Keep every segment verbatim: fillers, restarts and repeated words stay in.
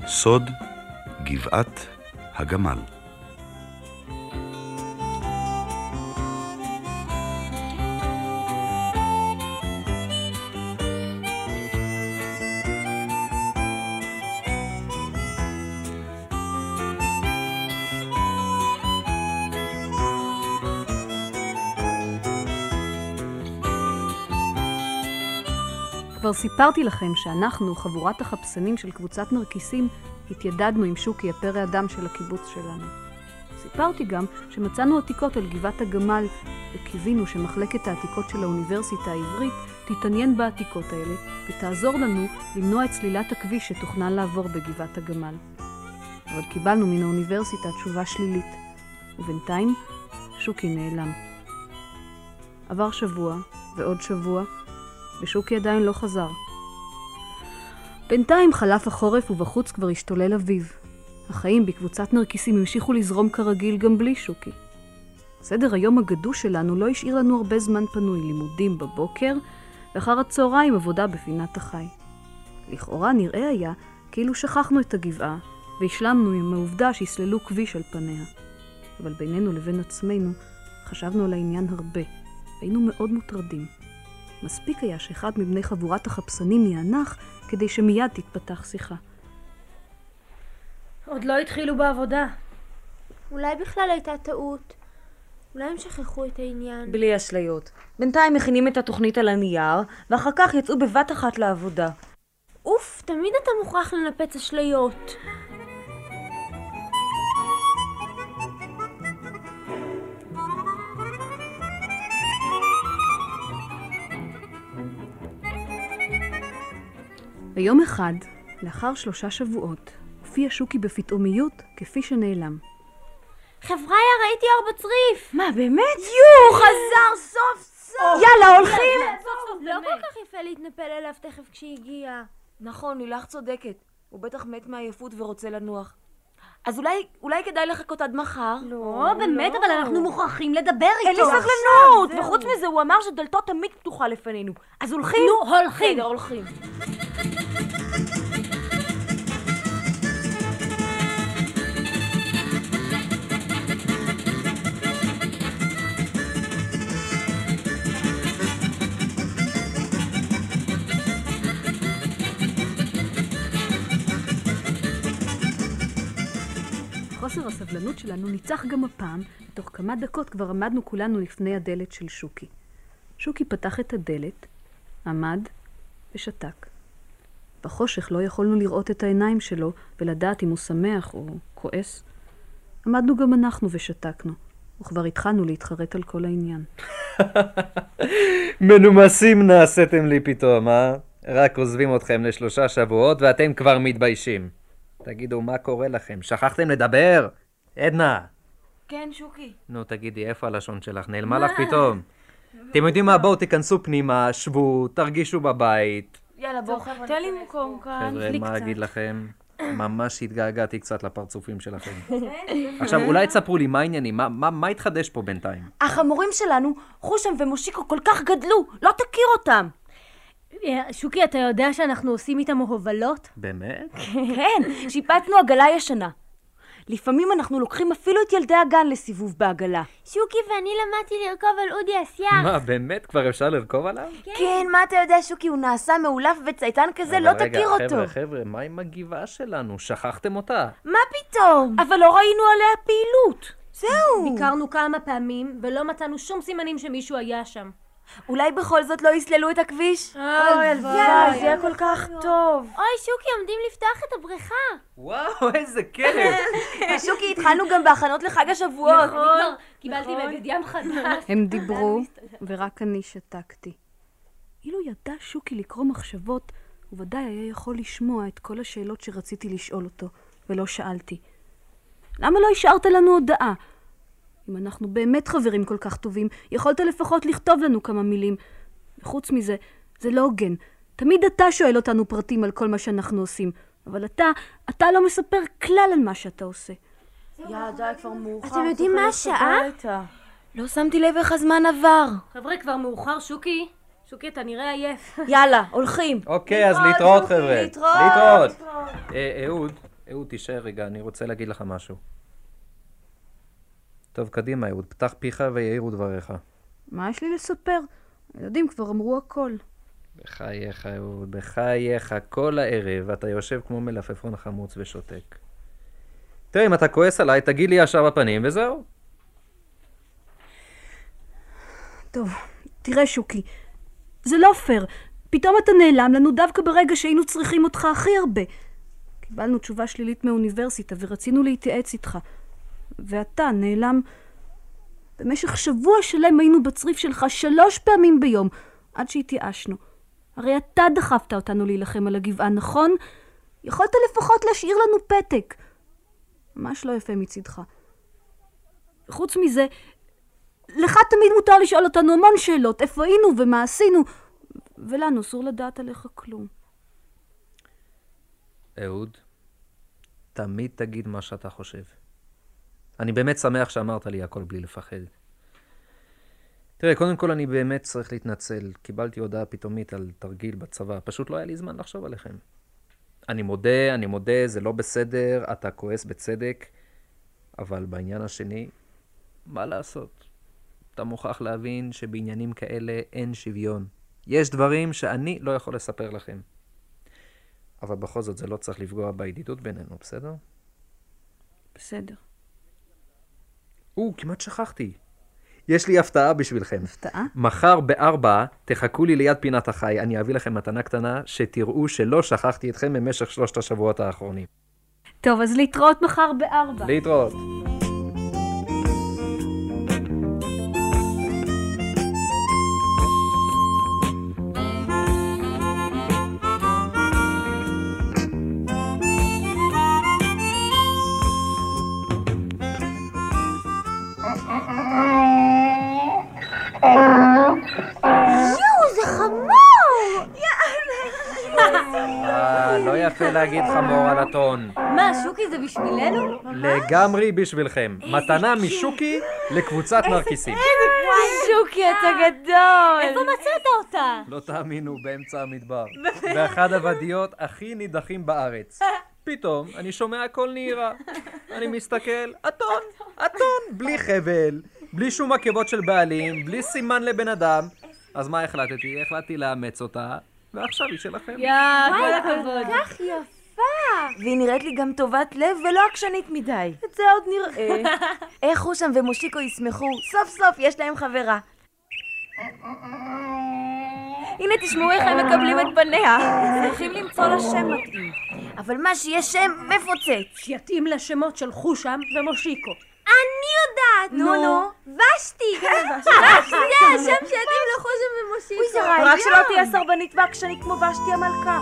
סוד גבעת הגמל. כבר סיפרתי לכם שאנחנו, חבורת החפשנים של קבוצת נרקיסים, התיידדנו עם שוקי, הפרא אדם של הקיבוץ שלנו. סיפרתי גם שמצאנו עתיקות על גבעת הגמל, וקיווינו שמחלקת העתיקות של האוניברסיטה העברית תתעניין בעתיקות האלה, ותעזור לנו למנוע את סלילת הכביש שתוכנן לעבור בגבעת הגמל. אבל קיבלנו מן האוניברסיטה תשובה שלילית, ובינתיים שוקי נעלם. עבר שבוע ועוד שבוע, ושוקי עדיין לא חזר. בינתיים חלף החורף ובחוץ כבר השתולל אביב. החיים בקבוצת נרקיסים המשיכו לזרום כרגיל גם בלי שוקי. סדר היום הגדוש שלנו לא השאיר לנו הרבה זמן פנוי, לימודים בבוקר, ואחר הצהריים עבודה בפינת החי. לכאורה נראה היה כאילו שכחנו את הגבעה, והשלמנו עם העובדה שהסללו כביש על פניה. אבל בינינו לבין עצמנו חשבנו על העניין הרבה, והיינו מאוד מוטרדים. מספיק היה שאחד מבני חבורת החפשנים יענח כדי שמיד תתפתח שיחה. עוד לא התחילו בעבודה. אולי בכלל הייתה טעות. אולי הם שכחו את העניין. בלי אשליות. בינתיים מכינים את התוכנית על הנייר, ואחר כך יצאו בבת אחת לעבודה. אוף, תמיד אתה מוכרח לנפץ אשליות. ביום אחד, לאחר שלושה שבועות, הופיע שוקי בפתאומיות כפי שנעלם. חבריה, ראיתי אור בצריף. מה, באמת? יו, חזר סוף סוף. יאללה, הולכים. לא כל כך יפה להתנפל אליו תכף כשהגיע. נכון, לילך צודקת. הוא בטח מת מעייפות ורוצה לנוח. אז אולי, אולי כדאי לחכות עד מחר? לא, באמת, אבל אנחנו מוכרחים לדבר איתו. אין לי סבלנות. וחוץ מזה, הוא אמר שדלתו תמיד פתוחה לפנינו. אז הולכים? נו, הולכים. בסדר, הולכים. חוסר הסבלנות שלנו ניצח גם הפעם, ותוך כמה דקות כבר עמדנו כולנו לפני הדלת של שוקי. שוקי פתח את הדלת, עמד ושתק. בחושך לא יכולנו לראות את העיניים שלו ולדעת אם הוא שמח או כועס. עמדנו גם אנחנו ושתקנו, וכבר התחלנו להתחרט על כל העניין. מנומסים נעשיתם לי פתאום, אה? רק עוזבים אתכם לשלושה שבועות ואתם כבר מתביישים. תגידו, מה קורה לכם? שכחתם לדבר? עדנה. כן, שוקי. נו, תגידי, איפה הלשון שלך? נעלמה לך פתאום. אתם יודעים מה? בואו תיכנסו פנימה, שבו, תרגישו בבית. יאללה, בואו, תן לי מקום כאן. חבר'ה, מה אגיד לכם? ממש התגעגעתי קצת לפרצופים שלכם. עכשיו, אולי תספרו לי מה העניינים, מה, מה, מה התחדש פה בינתיים? החמורים שלנו, חושם ומושיקו, כל כך גדלו, לא תכיר אותם. שוקי, אתה יודע שאנחנו עושים איתם הובלות? באמת? כן, שיפצנו עגלה ישנה. לפעמים אנחנו לוקחים אפילו את ילדי הגן לסיבוב בעגלה. שוקי ואני למדתי לרכוב על אודי אסייח. מה, באמת? כבר אפשר לרכוב עליו? כן. כן, מה אתה יודע, שוקי? הוא נעשה מעולף וצייתן כזה, לא רגע, תכיר חבר'ה, אותו. חבר'ה, חבר'ה, מה עם הגבעה שלנו? שכחתם אותה? מה פתאום? אבל לא ראינו עליה פעילות. זהו. ביקרנו כמה פעמים ולא מצאנו שום סימנים שמישהו היה שם. אולי בכל זאת לא יסללו את הכביש? אוי, יאללה, זה יהיה כל כך טוב. אוי, שוקי, עומדים לפתוח את הבריכה. וואו, איזה כיף. שוקי, התחלנו גם בהכנות לחג השבועות. נכון, קיבלתי בגד ים חדש. הם דיברו, ורק אני שתקתי. אילו ידע שוקי לקרוא מחשבות, הוא ודאי היה יכול לשמוע את כל השאלות שרציתי לשאול אותו, ולא שאלתי. למה לא השארת לנו הודעה? אם אנחנו באמת חברים כל כך טובים, יכולת לפחות לכתוב לנו כמה מילים. וחוץ מזה, זה לא הוגן. תמיד אתה שואל אותנו פרטים על כל מה שאנחנו עושים, אבל אתה, אתה לא מספר כלל על מה שאתה עושה. יא, די, כבר מאוחר. אתם יודעים מה השעה? לא שמתי לב איך הזמן עבר. חבר'ה, כבר מאוחר, שוקי. שוקי, אתה נראה עייף. יאללה, הולכים. אוקיי, אז להתראות, חבר'ה. להתראות. אה, אהוד, אהוד, תישאר רגע, אני רוצה להגיד לך משהו. טוב, קדימה, אהוד, פתח פיך ויעירו דבריך. מה יש לי לספר? הילדים כבר אמרו הכל. בחייך, אהוד, בחייך, כל הערב אתה יושב כמו מלפפון חמוץ ושותק. תראה, אם אתה כועס עליי, תגיד לי ישר בפנים וזהו. טוב, תראה שוקי, זה לא פייר. פתאום אתה נעלם לנו דווקא ברגע שהיינו צריכים אותך הכי הרבה. קיבלנו תשובה שלילית מהאוניברסיטה ורצינו להתייעץ איתך. ואתה נעלם. במשך שבוע שלם היינו בצריף שלך שלוש פעמים ביום, עד שהתייאשנו. הרי אתה דחפת אותנו להילחם על הגבעה, נכון? יכולת לפחות להשאיר לנו פתק. ממש לא יפה מצדך. חוץ מזה, לך תמיד מותר לשאול אותנו המון שאלות, איפה היינו ומה עשינו, ולנו אסור לדעת עליך כלום. אהוד, תמיד תגיד מה שאתה חושב. אני באמת שמח שאמרת לי הכל בלי לפחד. תראה, קודם כל אני באמת צריך להתנצל. קיבלתי הודעה פתאומית על תרגיל בצבא. פשוט לא היה לי זמן לחשוב עליכם. אני מודה, אני מודה, זה לא בסדר, אתה כועס בצדק, אבל בעניין השני, מה לעשות? אתה מוכרח להבין שבעניינים כאלה אין שוויון. יש דברים שאני לא יכול לספר לכם. אבל בכל זאת זה לא צריך לפגוע בידידות בינינו, בסדר? בסדר. או, כמעט שכחתי. יש לי הפתעה בשבילכם. הפתעה? מחר בארבע תחכו לי ליד פינת החי, אני אביא לכם מתנה קטנה שתראו שלא שכחתי אתכם במשך שלושת השבועות האחרונים. טוב, אז להתראות מחר בארבע. להתראות. יואו, זה חמור! אה, לא יפה להגיד חמור על הטון. מה, שוקי זה בשבילנו? לגמרי בשבילכם. מתנה משוקי לקבוצת נרקיסים. שוקי, אתה גדול! איפה מצאת אותה? לא תאמינו, באמצע המדבר. באחד הוודיות הכי נידחים בארץ. פתאום אני שומע קול נהירה. אני מסתכל, אתון, אתון, בלי חבל, בלי שום עקבות של בעלים, בלי סימן לבן אדם. אז מה החלטתי? החלטתי לאמץ אותה, ועכשיו היא שלכם. יא, כל הכבוד. כך יפה! והיא נראית לי גם טובת לב ולא עקשנית מדי. את זה עוד נראה. איך חושם ומושיקו ישמחו, סוף סוף יש להם חברה. הנה תשמעו איך הם מקבלים את פניה. צריכים למצוא לה שם מתאים. אבל מה שיהיה שם מפוצץ. שיתאים לשמות של חושם ומושיקו. אני יודעת! נו, נו. ושתי! ושתי! זה השם שיתאים לחושם ומושיקו. רק שלא תהיה סרבנית ועקשנית כמו ושתי המלכה.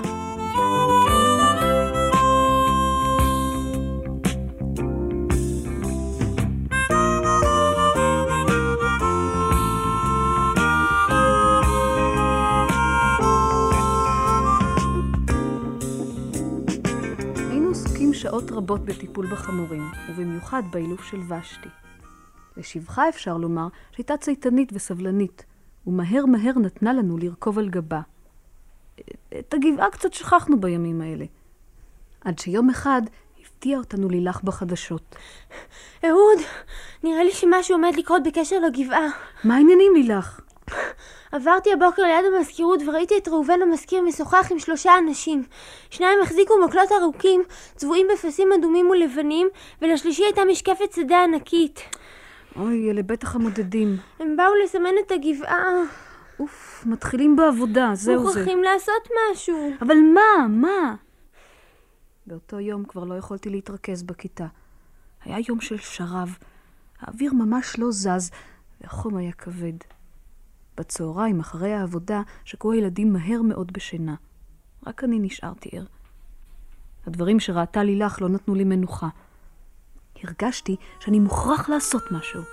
שעות רבות בטיפול בחמורים, ובמיוחד באילוף של ושתי. לשבחה אפשר לומר שהייתה צייתנית וסבלנית, ומהר מהר נתנה לנו לרכוב על גבה. את הגבעה קצת שכחנו בימים האלה. עד שיום אחד הפתיע אותנו לילך בחדשות. אהוד, נראה לי שמשהו עומד לקרות בקשר לגבעה. מה העניינים לילך? עברתי הבוקר ליד המזכירות וראיתי את ראובן המזכיר משוחח עם שלושה אנשים. שניים החזיקו מקלות ארוכים, צבועים בפסים אדומים ולבנים, ולשלישי הייתה משקפת שדה ענקית. אוי, אלה בטח המודדים. הם באו לסמן את הגבעה. אוף, מתחילים בעבודה, זהו זה. מוכרחים לעשות משהו. אבל מה? מה? באותו יום כבר לא יכולתי להתרכז בכיתה. היה יום של שרב. האוויר ממש לא זז, והחום היה כבד. בצהריים, אחרי העבודה, שקעו הילדים מהר מאוד בשינה. רק אני נשארתי ער. הדברים שראתה לילך לא נתנו לי מנוחה. הרגשתי שאני מוכרח לעשות משהו.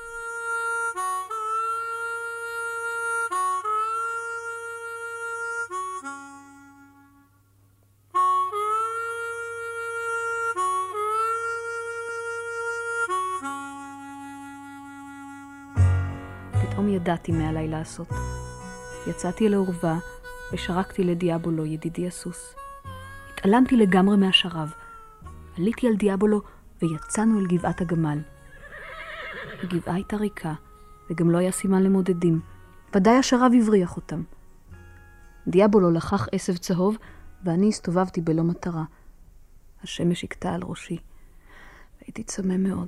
פתאום ידעתי מה עליי לעשות. יצאתי אל העורבה ושרקתי לדיאבולו, ידידי הסוס. התעלמתי לגמרי מהשרב. עליתי על דיאבולו ויצאנו אל גבעת הגמל. הגבעה הייתה ריקה, וגם לא היה סימן למודדים. ודאי השרב הבריח אותם. דיאבולו לקח עשב צהוב, ואני הסתובבתי בלא מטרה. השמש הכתה על ראשי. הייתי צמא מאוד.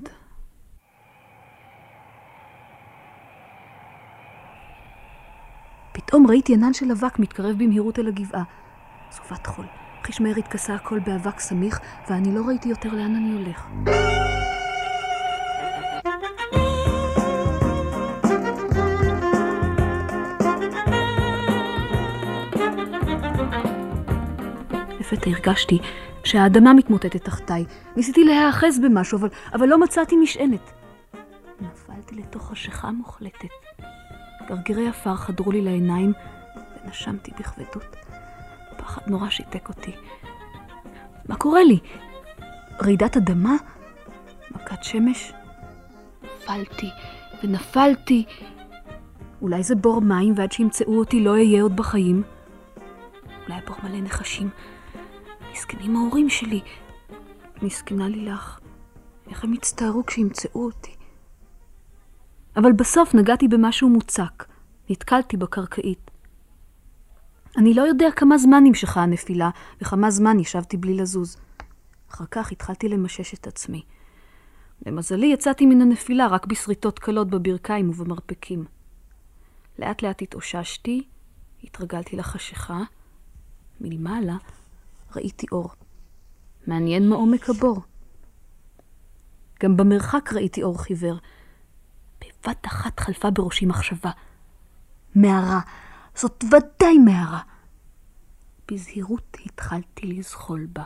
פתאום ראיתי ענן של אבק מתקרב במהירות אל הגבעה. סופת חול. חיש מהר התכסה הכל באבק סמיך, ואני לא ראיתי יותר לאן אני הולך. לפתע הרגשתי שהאדמה מתמוטטת תחתיי. ניסיתי להיאחז במשהו, אבל, אבל לא מצאתי משענת. נפלתי לתוך חשיכה מוחלטת. גרגירי עפר חדרו לי לעיניים, ונשמתי בכבדות. פחד נורא שיתק אותי. מה קורה לי? רעידת אדמה? מכת שמש? נפלתי ונפלתי. אולי זה בור מים, ועד שימצאו אותי לא אהיה עוד בחיים. אולי בור מלא נחשים. מסכנים ההורים שלי. מסכנה לי לך. איך הם יצטערו כשימצאו אותי. אבל בסוף נגעתי במשהו מוצק. נתקלתי בקרקעית. אני לא יודע כמה זמן נמשכה הנפילה, וכמה זמן ישבתי בלי לזוז. אחר כך התחלתי למשש את עצמי. למזלי יצאתי מן הנפילה רק בסריטות קלות בברכיים ובמרפקים. לאט לאט התאוששתי, התרגלתי לחשיכה. מלמעלה ראיתי אור. מעניין מה עומק הבור. גם במרחק ראיתי אור חיוור. בבת אחת חלפה בראשי מחשבה. מערה. זאת ודאי מערה. בזהירות התחלתי לזחול בה.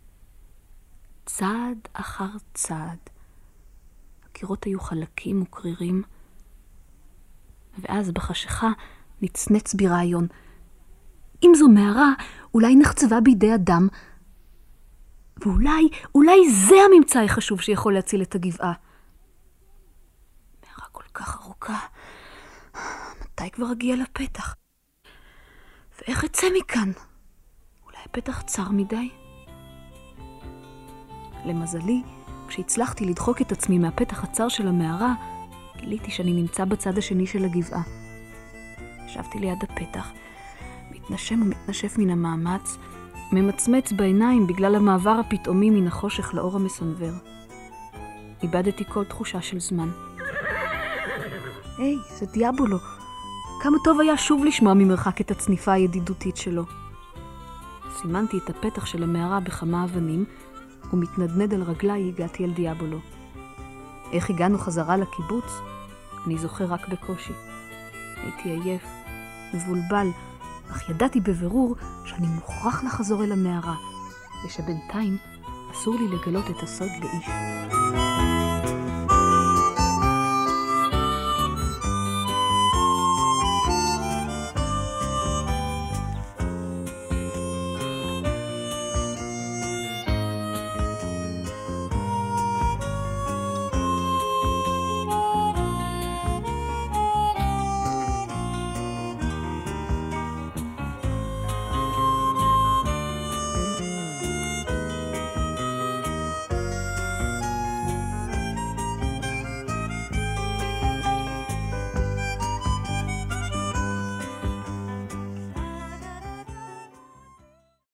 צעד אחר צעד. הקירות היו חלקים וקרירים. ואז בחשיכה נצנץ בי רעיון. אם זו מערה, אולי נחצבה בידי אדם. ואולי, אולי זה הממצא החשוב שיכול להציל את הגבעה. מערה כל כך ארוכה. מתי כבר אגיע לפתח? ואיך אצא מכאן? אולי הפתח צר מדי? למזלי, כשהצלחתי לדחוק את עצמי מהפתח הצר של המערה, גיליתי שאני נמצא בצד השני של הגבעה. ישבתי ליד הפתח, מתנשם ומתנשף מן המאמץ, ממצמץ בעיניים בגלל המעבר הפתאומי מן החושך לאור המסנבר. איבדתי כל תחושה של זמן. היי, זה דיאבולו. כמה טוב היה שוב לשמוע ממרחק את הצניפה הידידותית שלו. סימנתי את הפתח של המערה בכמה אבנים, ומתנדנד על רגליי הגעתי אל דיאבולו. איך הגענו חזרה לקיבוץ? אני זוכר רק בקושי. הייתי עייף, מבולבל, אך ידעתי בבירור שאני מוכרח לחזור אל המערה, ושבינתיים אסור לי לגלות את הסוד לאיש.